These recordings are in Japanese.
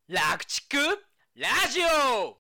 楽畜ラジオ。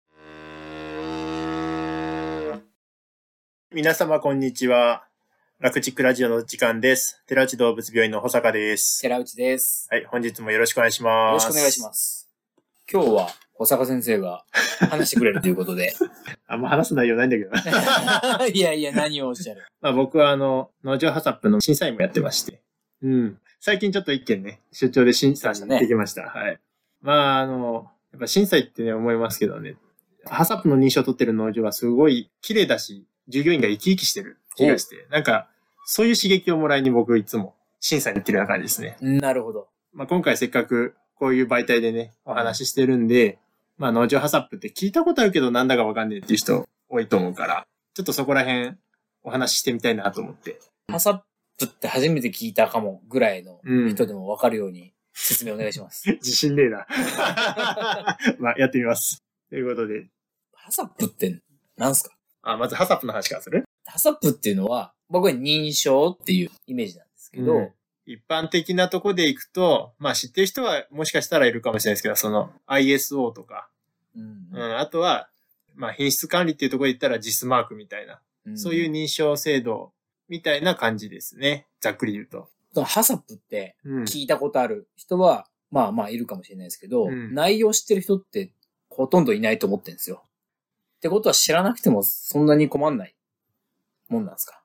皆様こんにちは。楽畜ラジオの時間です。寺内動物病院の保坂です。 寺内です。 はい、本日もよろしくお願いします。 よろしくお願いします。今日は保坂先生が話してくれるということで。 あんま話す内容ないんだけどな。 いやいや、何をおっしゃる。 僕は農場ハサップの審査員もやってまして。最近ちょっと一件ね、出張で審査に行ってきました。はい。やっぱ審査員ってね、思いますけどね。ハサップの認証を取ってる農場はすごい綺麗だし、従業員が生き生きしてる気がして、なんか、そういう刺激をもらいに僕いつも審査に行ってるような感じですね。 なるほど。 今回せっかくこういう媒体でね、お話ししてるんで、農場ハサップって聞いたことあるけどなんだかわかんねえっていう人多いと思うから、ちょっとそこら辺お話ししてみたいなと思って。 ハサップって初めて聞いたかもぐらいの人でもわかるように説明お願いします。 自信ねえな。やってみます。ということで。 ハサップって何すか？ まずハサップの話からする？ ハサップっていうのは、僕は認証っていうイメージなんですけど、 一般的なとこで行くと、知ってる人はもしかしたらいるかもしれないですけど、その ISO とか、あとは、品質管理っていうところで言ったら JIS マークみたいな、そういう認証制度みたいな感じですね。ざっくり言うと。 ハサップって聞いたことある人は、いるかもしれないですけど、内容知ってる人ってほとんどいないと思ってるんですよ。ってことは知らなくてもそんなに困んないもんなんですか？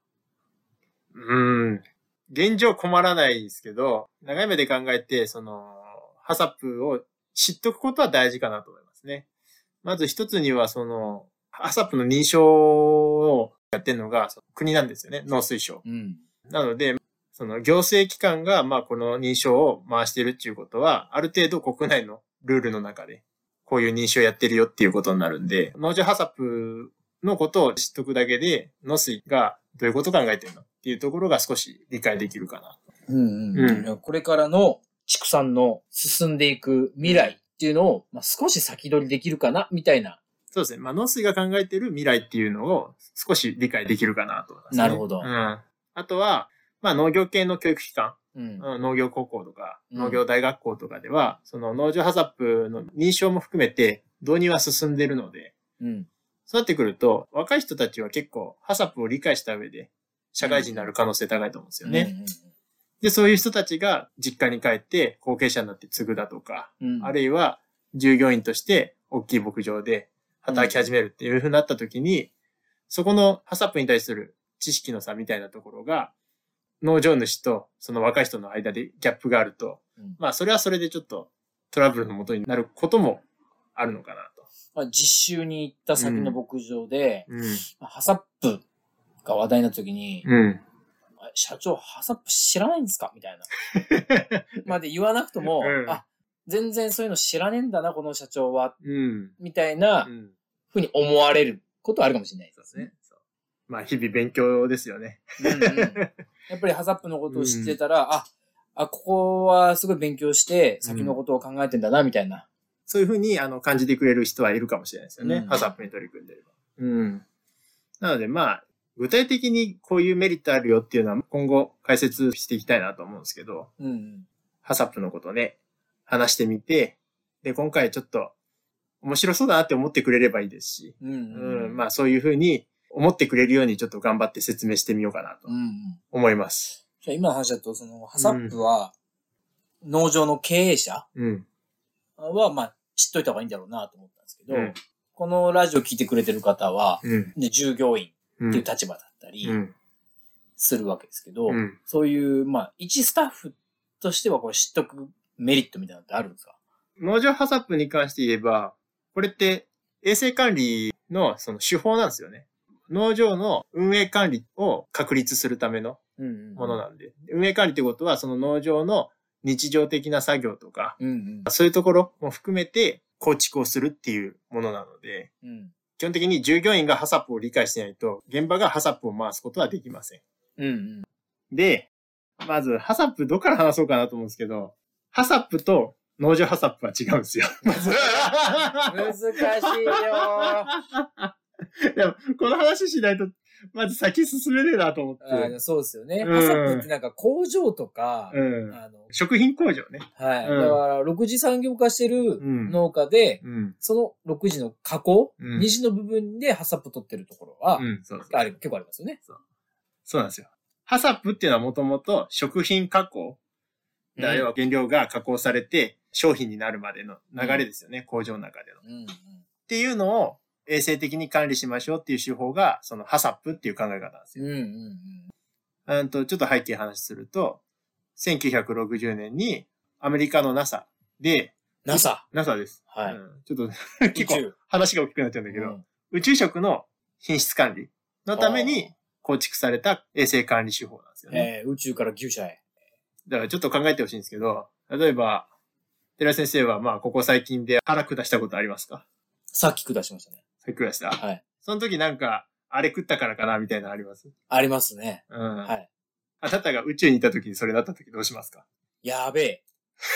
現状困らないですけど、長い目で考えて、ハサップを知っとくことは大事かなと思いますね。まず一つには、ハサップの認証をやってるのが国なんですよね。農水省。なので、行政機関が、この認証を回しているっていうことは、ある程度国内のルールの中で、こういう認証やってるよっていうことになるんで、農場ハサップのことを知っとくだけで、農水がどういうことを考えてるのっていうところが少し理解できるかな。 これからの畜産の進んでいく未来っていうのを、少し先取りできるかなみたいな。 そうですね。農水が考えてる未来っていうのを少し理解できるかなと思いますね。 なるほど。 あとは、農業系の教育機関、農業高校とか、農業大学校とかでは、その農場ハサップの認証も含めて導入は進んでるので、そうなってくると、若い人たちは結構ハサップを理解した上で社会人になる可能性高いと思うんですよね。で、そういう人たちが実家に帰って後継者になって継ぐだとか、あるいは従業員として大きい牧場で働き始めるっていう風になった時に、そこのハサップに対する知識の差みたいなところが、農場主とその若い人の間でギャップがあると、それはそれでちょっとトラブルの元になることもあるのかなと。 実習に行った先の牧場で、ハサップが話題になった時に、社長、ハサップ知らないんですかみたいな。で言わなくとも、全然そういうの知らねえんだな、この社長は。みたいなふうに思われることはあるかもしれないですね。 日々勉強ですよね。 やっぱりハサップのことを知ってたら、ここはすごい勉強して、先のことを考えてんだな、みたいな。 そういうふうに感じてくれる人はいるかもしれないですよね。ハサップに取り組んでれば。なので具体的にこういうメリットあるよっていうのは今後解説していきたいなと思うんですけど、ハサップのことね、話してみて、で、今回ちょっと面白そうだなって思ってくれればいいですし、そういうふうに思ってくれるようにちょっと頑張って説明してみようかなと思います。 じゃあ今の話だと、ハサップは農場の経営者は、知っといた方がいいんだろうなと思ったんですけど、このラジオ聞いてくれてる方は、従業員っていう立場だったりするわけですけど、そういう、一スタッフとしてはこれ知っとくメリットみたいなのってあるんですか？ 農場ハサップに関して言えば、これって衛生管理のその手法なんですよね。農場の運営管理を確立するためのものなんで、運営管理ってことはその農場の日常的な作業とか、そういうところも含めて構築をするっていうものなので、基本的に従業員がハサップを理解してないと、現場がハサップを回すことはできません。で、まずハサップどっから話そうかなと思うんですけど、ハサップと農場ハサップは違うんですよ。 難しいよでもこの話しないとまず先進めねえなと思って。 そうですよね。ハサップってなんか工場とか、 食品工場ね。 はい。だから6次産業化してる農家で、その6次の加工、2次の部分でハサップ取ってるところは、結構ありますよね。 そうなんですよ。ハサップっていうのはもともと食品加工。要は原料が加工されて商品になるまでの流れですよね。工場の中での。っていうのを衛生的に管理しましょうっていう手法が、そのハサップっていう考え方なんですよ。ちょっと背景話すると、1960年にアメリカの NASA で、 NASA です。 はい。 ちょっと結構話が大きくなっちゃうんだけど、宇宙食の品質管理のために構築された衛生管理手法なんですよね。 宇宙から牛舎へ。 だからちょっと考えてほしいんですけど、例えば、寺井先生はここ最近で腹下したことありますか？ さっき下しましたね。 さっき下した？ はい。 その時あれ食ったからかなみたいなのあります？ ありますね。 はい。あなたが宇宙にいた時にそれだった時どうしますか？ やべえ。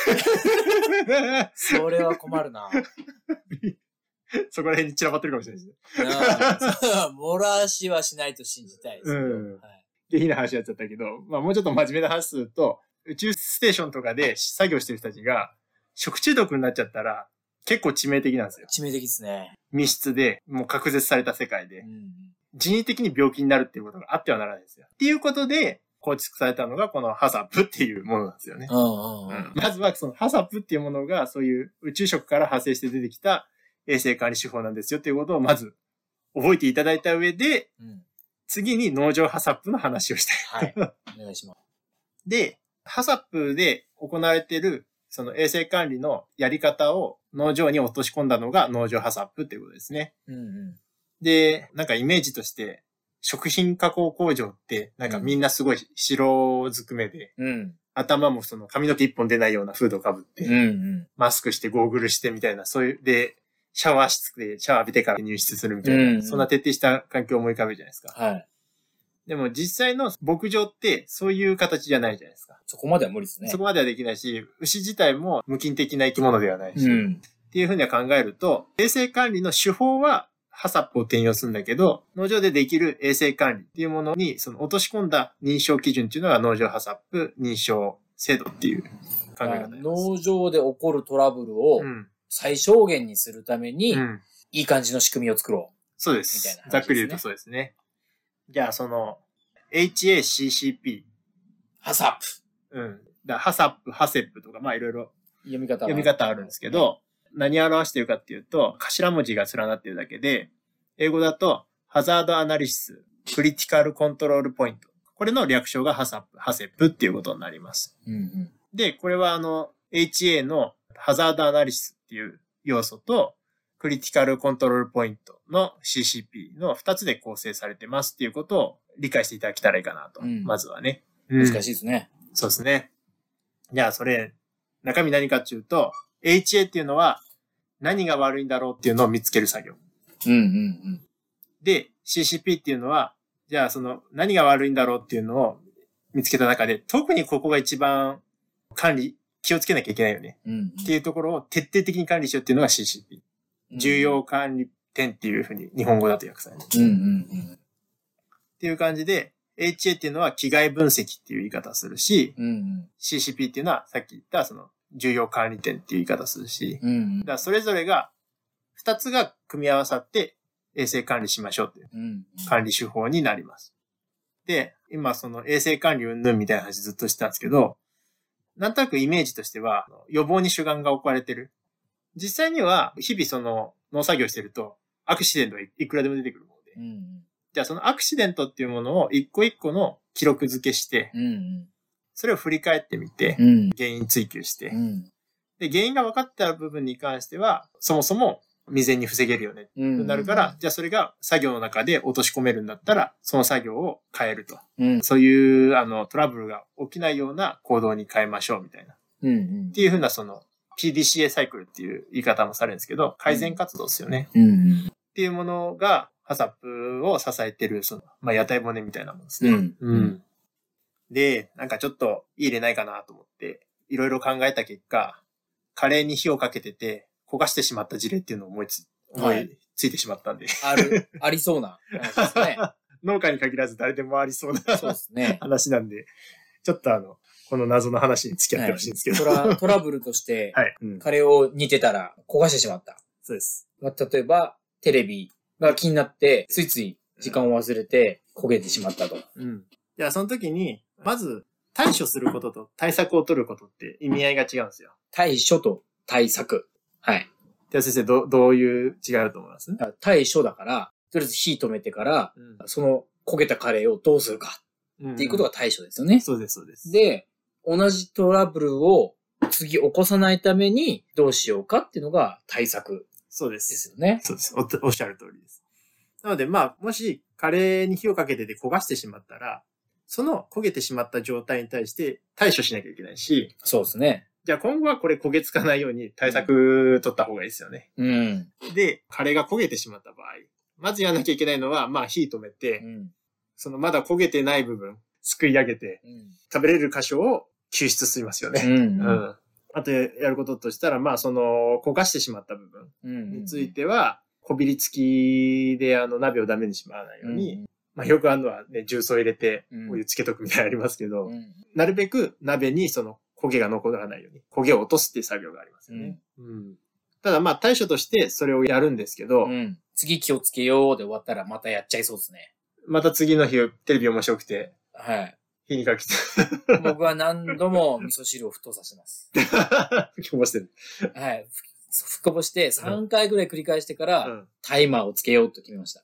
それは困るな。 そこら辺に散らばってるかもしれないですね。 漏らしはしないと信じたいです。 下品な話になっちゃったけど、もうちょっと真面目な話すると、宇宙ステーションとかで作業してる人たちが食中毒になっちゃったら結構致命的なんですよ。 致命的ですね。 密室でもう隔絶された世界で、人為的に病気になるっていうことがあってはならないんですよ。っていうことで構築されたのがこのハサップっていうものなんですよね。まずはそのハサップっていうものがそういう宇宙食から派生して出てきた衛生管理手法なんですよっていうことをまず覚えていただいた上で、次に農場ハサップの話をしたい。 はい。お願いします。 で、ハサップで行われているその衛生管理のやり方を農場に落とし込んだのが農場ハサップっていうことですね。で、イメージとして食品加工工場ってみんなすごい白ずくめで、頭もその髪の毛一本出ないようなフードをかぶって、マスクしてゴーグルしてみたいな、そういうで、シャワー室でシャワー浴びてから入室するみたいな、そんな徹底した環境を思い浮かべるじゃないですか。 はい。 でも実際の牧場ってそういう形じゃないじゃないですか。 そこまでは無理ですね。 そこまではできないし、牛自体も無菌的な生き物ではないし、っていうふうには考えると、衛生管理の手法はハサップを転用するんだけど、農場でできる衛生管理っていうものにその落とし込んだ認証基準っていうのが農場ハサップ認証制度っていう考え方です。 農場で起こるトラブルを最小限にするために、いい感じの仕組みを作ろう。 そうです。みたいな、ね。ざっくり言うとそうですね。じゃあその HACCP。 ハサップ。ハサップ、ハセップとかいろいろ読み方あるんですけど、何を表しているかっていうと、頭文字が連なっているだけで、英語だと、ハザードアナリシス、クリティカルコントロールポイント。これの略称がハサップ、ハセップっていうことになります。で、これはHA のハザードアナリシスっていう要素と、クリティカルコントロールポイントの CCP の2つで構成されてますっていうことを理解していただけたらいいかなと。まずはね。 難しいですね。 そうですね。じゃあ、それ、中身何かっていうと、HA っていうのは何が悪いんだろうっていうのを見つける作業。で、CCP っていうのは、じゃあその何が悪いんだろうっていうのを見つけた中で、特にここが一番気をつけなきゃいけないよね。っていうところを徹底的に管理しようっていうのが CCP。重要管理点っていうふうに日本語だと訳される。っていう感じで、HA っていうのは機械分析っていう言い方をするし、CCP っていうのはさっき言ったその重要管理点っていう言い方をするし、だからそれぞれが2つが組み合わさって衛生管理しましょうっていう管理手法になります。で、今その衛生管理云々みたいな話ずっとしてたんですけど、なんとなくイメージとしては予防に主眼が置かれてる。実際には日々その農作業してるとアクシデントはいくらでも出てくるもので、じゃあそのアクシデントっていうものを一個一個の記録付けして、それを振り返ってみて、原因追求して、で、原因が分かった部分に関しては、そもそも未然に防げるよねってなるから、じゃあそれが作業の中で落とし込めるんだったら、その作業を変えると。そういうトラブルが起きないような行動に変えましょうみたいな。っていうふうなその PDCA サイクルっていう言い方もされるんですけど、改善活動ですよね。っていうものが、ハサップを支えてる、その、屋台骨みたいなものですね。で、ちょっと入れないかなと思って、いろいろ考えた結果、カレーに火をかけてて、焦がしてしまった事例っていうのを思いついてしまったんで。 ありそうな話ですね。 農家に限らず誰でもありそうなそうですね。 話なんで、ちょっとこの謎の話に付き合ってほしいんですけど。 はい、トラブルとして、 はい、 カレーを煮てたら焦がしてしまった。 そうです。 例えば、テレビが気になって、ついつい時間を忘れて焦げてしまったと。 うん。いや、その時に、まず、対処することと対策を取ることって意味合いが違うんですよ。 対処と対策。はい。 では先生、どういう違いだと思います？ 対処だから、とりあえず火止めてから、その焦げたカレーをどうするかっていうことが対処ですよね。 そうです、そうです。 で、同じトラブルを次起こさないためにどうしようかっていうのが対策。 そうです。 ですよね。 そうです。おっしゃる通りです。なので、もしカレーに火をかけてて焦がしてしまったら、その焦げてしまった状態に対して対処しなきゃいけないし。 そうですね。 じゃあ今後はこれ焦げつかないように対策取った方がいいですよね。 うん。 で、カレーが焦げてしまった場合、まずやらなきゃいけないのは、火止めて、そのまだ焦げてない部分、すくい上げて、食べれる箇所を救出しますよね。あとやることとしたら、その焦がしてしまった部分については、こびりつきで鍋をダメにしまわないように、よくあるのはね、重曹入れてお湯つけとくみたいなのありますけど、なるべく鍋にその焦げが残らないように、焦げを落とすっていう作業がありますよね。ただ対処としてそれをやるんですけど、 次気をつけようで終わったらまたやっちゃいそうですね。 また次の日テレビ面白くて、 はい。 火にかけて。 僕は何度も味噌汁を沸騰させてます。 吹きこぼしてる。 はい。吹きこぼして3回ぐらい繰り返してから、タイマーをつけようと決めました。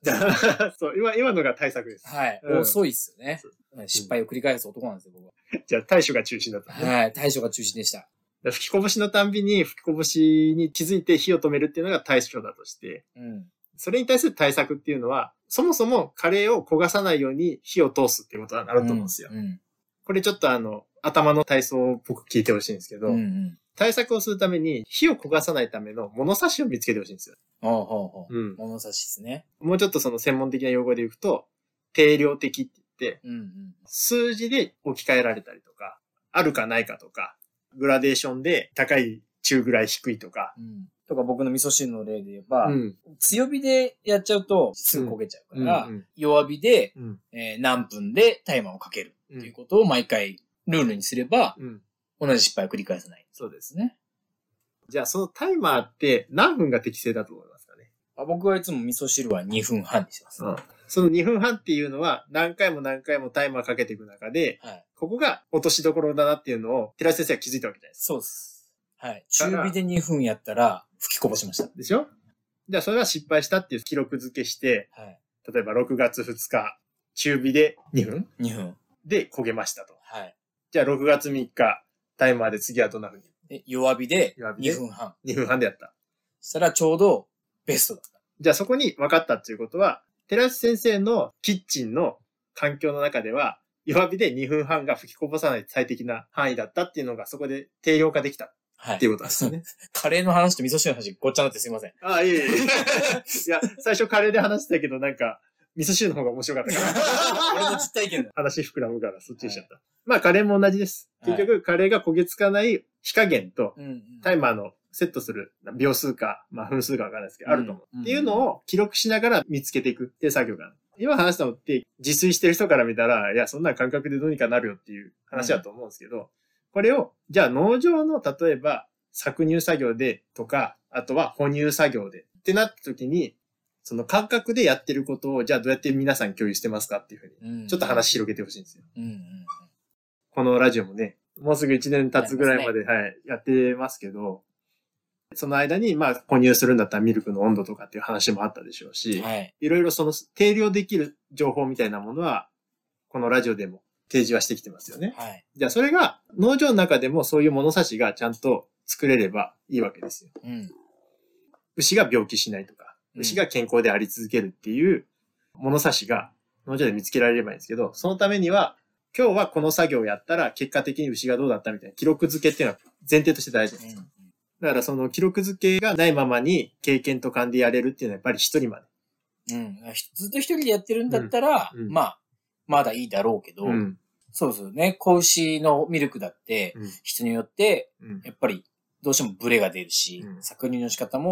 そう、今のが対策です。 はい。遅いっすよね。失敗を繰り返す男なんですよ、僕は。 じゃあ対処が中心だったね。 はい。対処が中心でした。 吹きこぼしのたんびに吹きこぼしに気づいて火を止めるっていうのが対処だとして、それに対する対策っていうのは、そもそもカレーを焦がさないように火を通すっていうことになると思うんですよ。これちょっと頭の体操を僕聞いてほしいんですけど、対策をするために火を焦がさないための物差しを見つけてほしいんですよ。 物差しですね。 もうちょっとその専門的な用語で言うと、定量的って言って、数字で置き換えられたりとか、あるかないかとか、グラデーションで高い、中ぐらい低いとか。 とか僕の味噌汁の例で言えば、強火でやっちゃうとすぐ焦げちゃうから、弱火で、何分でタイマーをかけるっていうことを毎回ルールにすれば、同じ失敗を繰り返さない。 そうですね。じゃあそのタイマーって何分が適正だと思いますかね？ 僕はいつも味噌汁は2分半にします。 その2分半っていうのは何回もタイマーかけていく中で、ここが落としどころだなっていうのを寺井先生は気づいたわけじゃないですか。 そうです。はい。中火で2分やったら吹きこぼしました。 でしょ？じゃあそれは失敗したっていう記録付けして、例えば6月2日、中火で2分 ?2 分。 で焦げましたと。じゃあ6月3日、タイマーで次はどんな風に？ 弱火で2分半。 2分半でやった。 そしたらちょうどベストだった。 じゃあそこに分かったっていうことは、寺内先生のキッチンの環境の中では、弱火で2分半が吹きこぼさない最適な範囲だったっていうのがそこで定量化できた。っていうことですね。 カレーの話と味噌汁の話ごっちゃになってすいません。 いえ。いや、最初カレーで話してたけど味噌汁の方が面白かったから。 俺の実体験だ。 話膨らむからそっちにしちゃった。カレーも同じです。結局カレーが焦げつかない火加減と、タイマーのセットする秒数か、分数かわかんないですけど、あると思う。っていうのを記録しながら見つけていくっていう作業がある。今話したのって自炊してる人から見たら、いや、そんな感覚でどうにかなるよっていう話だと思うんですけど、これを、じゃあ農場の例えば搾乳作業でとか、あとは哺乳作業でってなった時に、その感覚でやってることを、じゃあどうやって皆さん共有してますかっていうふうに、ちょっと話広げてほしいんですよ。このラジオもね、もうすぐ1年経つぐらいまで、やってますけど、その間に、哺乳するんだったらミルクの温度とかっていう話もあったでしょうし、いろいろその定量できる情報みたいなものは、このラジオでも提示はしてきてますよね。じゃあそれが農場の中でもそういう物差しがちゃんと作れればいいわけですよ。牛が病気しないとか、牛が健康であり続けるっていう物差しが農場で見つけられればいいんですけど、そのためには今日はこの作業をやったら結果的に牛がどうだったみたいな記録付けっていうのは前提として大事です。だからその記録付けがないままに経験と勘でやれるっていうのはやっぱり一人まで。ずっと一人でやってるんだったら、まだいいだろうけど、そうですよね。子牛のミルクだって、人によって、やっぱりどうしてもブレが出るし、搾乳の仕方も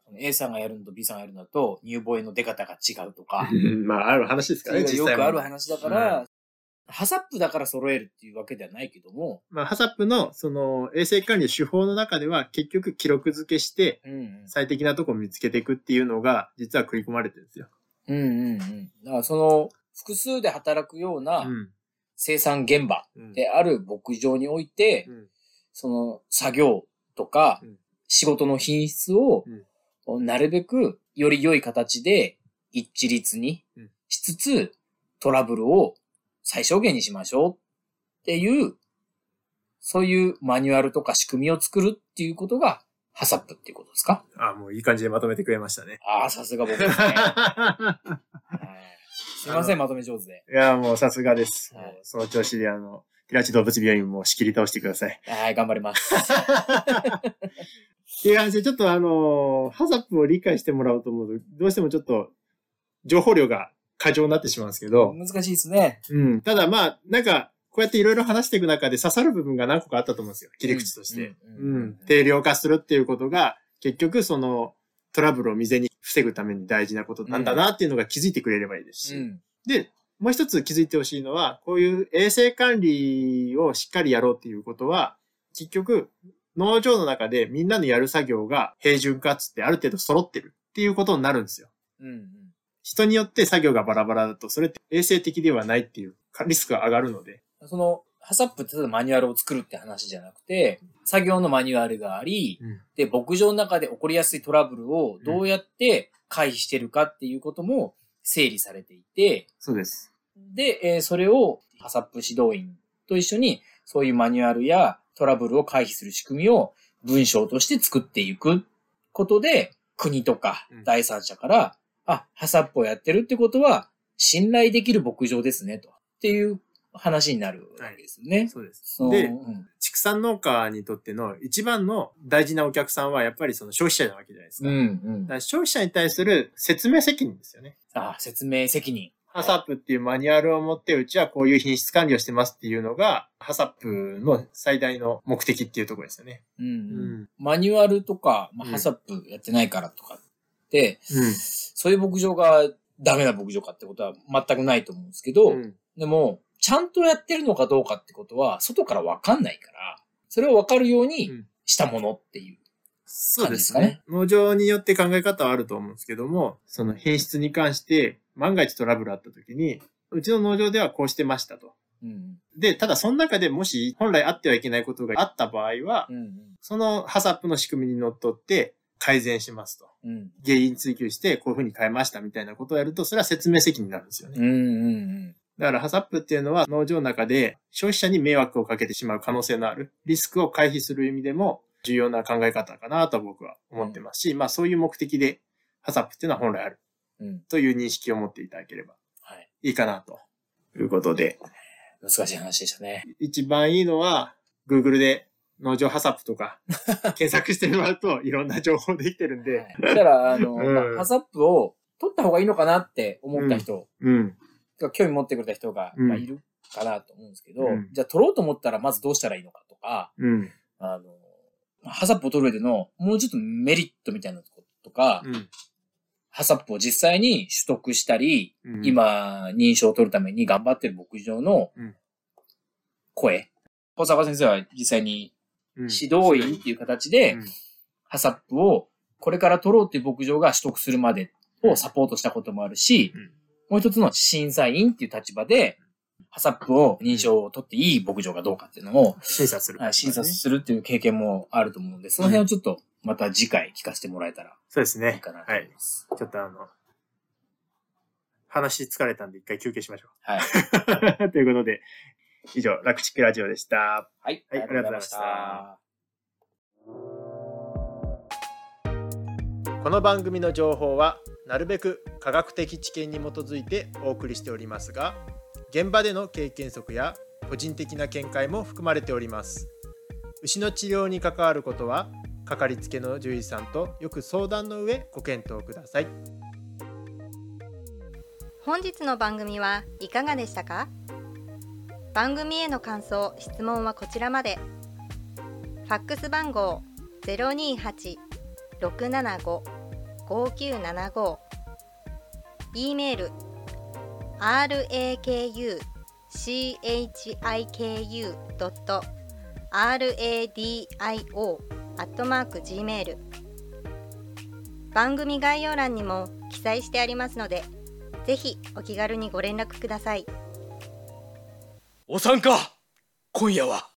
A さんがやるのと B さんがやるのと乳房炎の出方が違うとか。 まあ、ある話ですからね、 実際よくある話だから、ハサップだから揃えるっていうわけではないけども。 まあ、ハサップの、衛生管理の手法の中では、結局記録付けして、最適なとこを見つけていくっていうのが、実は組み込まれてるんですよ。 だから複数で働くような生産現場である牧場において、作業とか仕事の品質をなるべくより良い形で一致率にしつつトラブルを最小限にしましょうっていう、そういうマニュアルとか仕組みを作るっていうことがハサップっていうことですか？ もういい感じでまとめてくれましたね。 さすが僕ですね。すいません、まとめ上手で。 いや、もうさすがです。その調子で平地動物病院も仕切り倒してください。 はい、頑張ります。 っていう話で、ちょっとハサップを理解してもらおうと思うと、どうしてもちょっと、情報量が過剰になってしまうんですけど。 難しいですね。 ただまあ、なんか、こうやっていろいろ話していく中で刺さる部分が何個かあったと思うんですよ。切り口として。定量化するっていうことが、結局トラブルを未然に防ぐために大事なことなんだなっていうのが気づいてくれればいいですし。で、もう一つ気づいてほしいのは、こういう衛生管理をしっかりやろうっていうことは、結局、農場の中でみんなのやる作業が平準化っつってある程度揃ってるっていうことになるんですよ。人によって作業がバラバラだと、それって衛生的ではないっていうリスクが上がるので。 ハサップってただマニュアルを作るって話じゃなくて、作業のマニュアルがあり、で、牧場の中で起こりやすいトラブルをどうやって回避してるかっていうことも整理されていて、 そうです。 で、それをハサップ指導員と一緒にそういうマニュアルやトラブルを回避する仕組みを文章として作っていくことで、国とか第三者から、ハサップをやってるってことは信頼できる牧場ですね、と。っていう話になるわけですよね。 そうです。で、畜産農家にとっての一番の大事なお客さんはやっぱり消費者なわけじゃないですか。だから消費者に対する説明責任ですよね。 説明責任。 ハサップっていうマニュアルを持って、うちはこういう品質管理をしてますっていうのが、ハサップの最大の目的っていうところですよね。 マニュアルとか、ハサップやってないからとかって、そういう牧場がダメな牧場かってことは全くないと思うんですけど、でも、ちゃんとやってるのかどうかってことは、外からわかんないから、それをわかるようにしたものっていう感じですかね。 農場によって考え方はあると思うんですけども、その品質に関して、万が一トラブルあった時に、うちの農場ではこうしてましたと。で、ただその中でもし本来あってはいけないことがあった場合は、そのハサップの仕組みにのっとって改善しますと。原因追求してこういうふうに変えましたみたいなことをやると、それは説明責任になるんですよね。だからハサップっていうのは農場の中で消費者に迷惑をかけてしまう可能性のあるリスクを回避する意味でも重要な考え方かなと僕は思ってますし、まあそういう目的でハサップっていうのは本来あるという認識を持っていただければいいかなということで。 難しい話でしたね。 一番いいのは Google で農場ハサップとか検索してもらうといろんな情報できてるんで。 だからハサップを取った方がいいのかなって思った人。興味持ってくれた人が、いるかなと思うんですけど、じゃあ取ろうと思ったらまずどうしたらいいのかとか、ハサップを取る上でのもうちょっとメリットみたいなこととか、ハサップを実際に取得したり、今認証を取るために頑張ってる牧場の声。小坂先生は実際に指導員っていう形で、ハサップをこれから取ろうっていう牧場が取得するまでをサポートしたこともあるし、もう一つの審査員っていう立場で、ハサップを認証を取っていい牧場がどうかっていうのを審査するっていう経験もあると思うんで、その辺をちょっとまた次回聞かせてもらえたらそうですね。 いいかなと思います。 ちょっと話疲れたんで一回休憩しましょう。 はい。 ということで、以上、楽チックラジオでした。 はい。 ありがとうございました。この番組の情報はなるべく科学的知見に基づいてお送りしておりますが、現場での経験則や個人的な見解も含まれております。牛の治療に関わることはかかりつけの獣医さんとよく相談の上ご検討ください。 本日の番組はいかがでしたか？番組への感想・質問はこちらまで。ファックス番号 028-675-3344 raku-5975 e メール raku-chiku.radio@gmail 番組概要欄にも記載してありますので、ぜひお気軽にご連絡ください。 お参加今夜は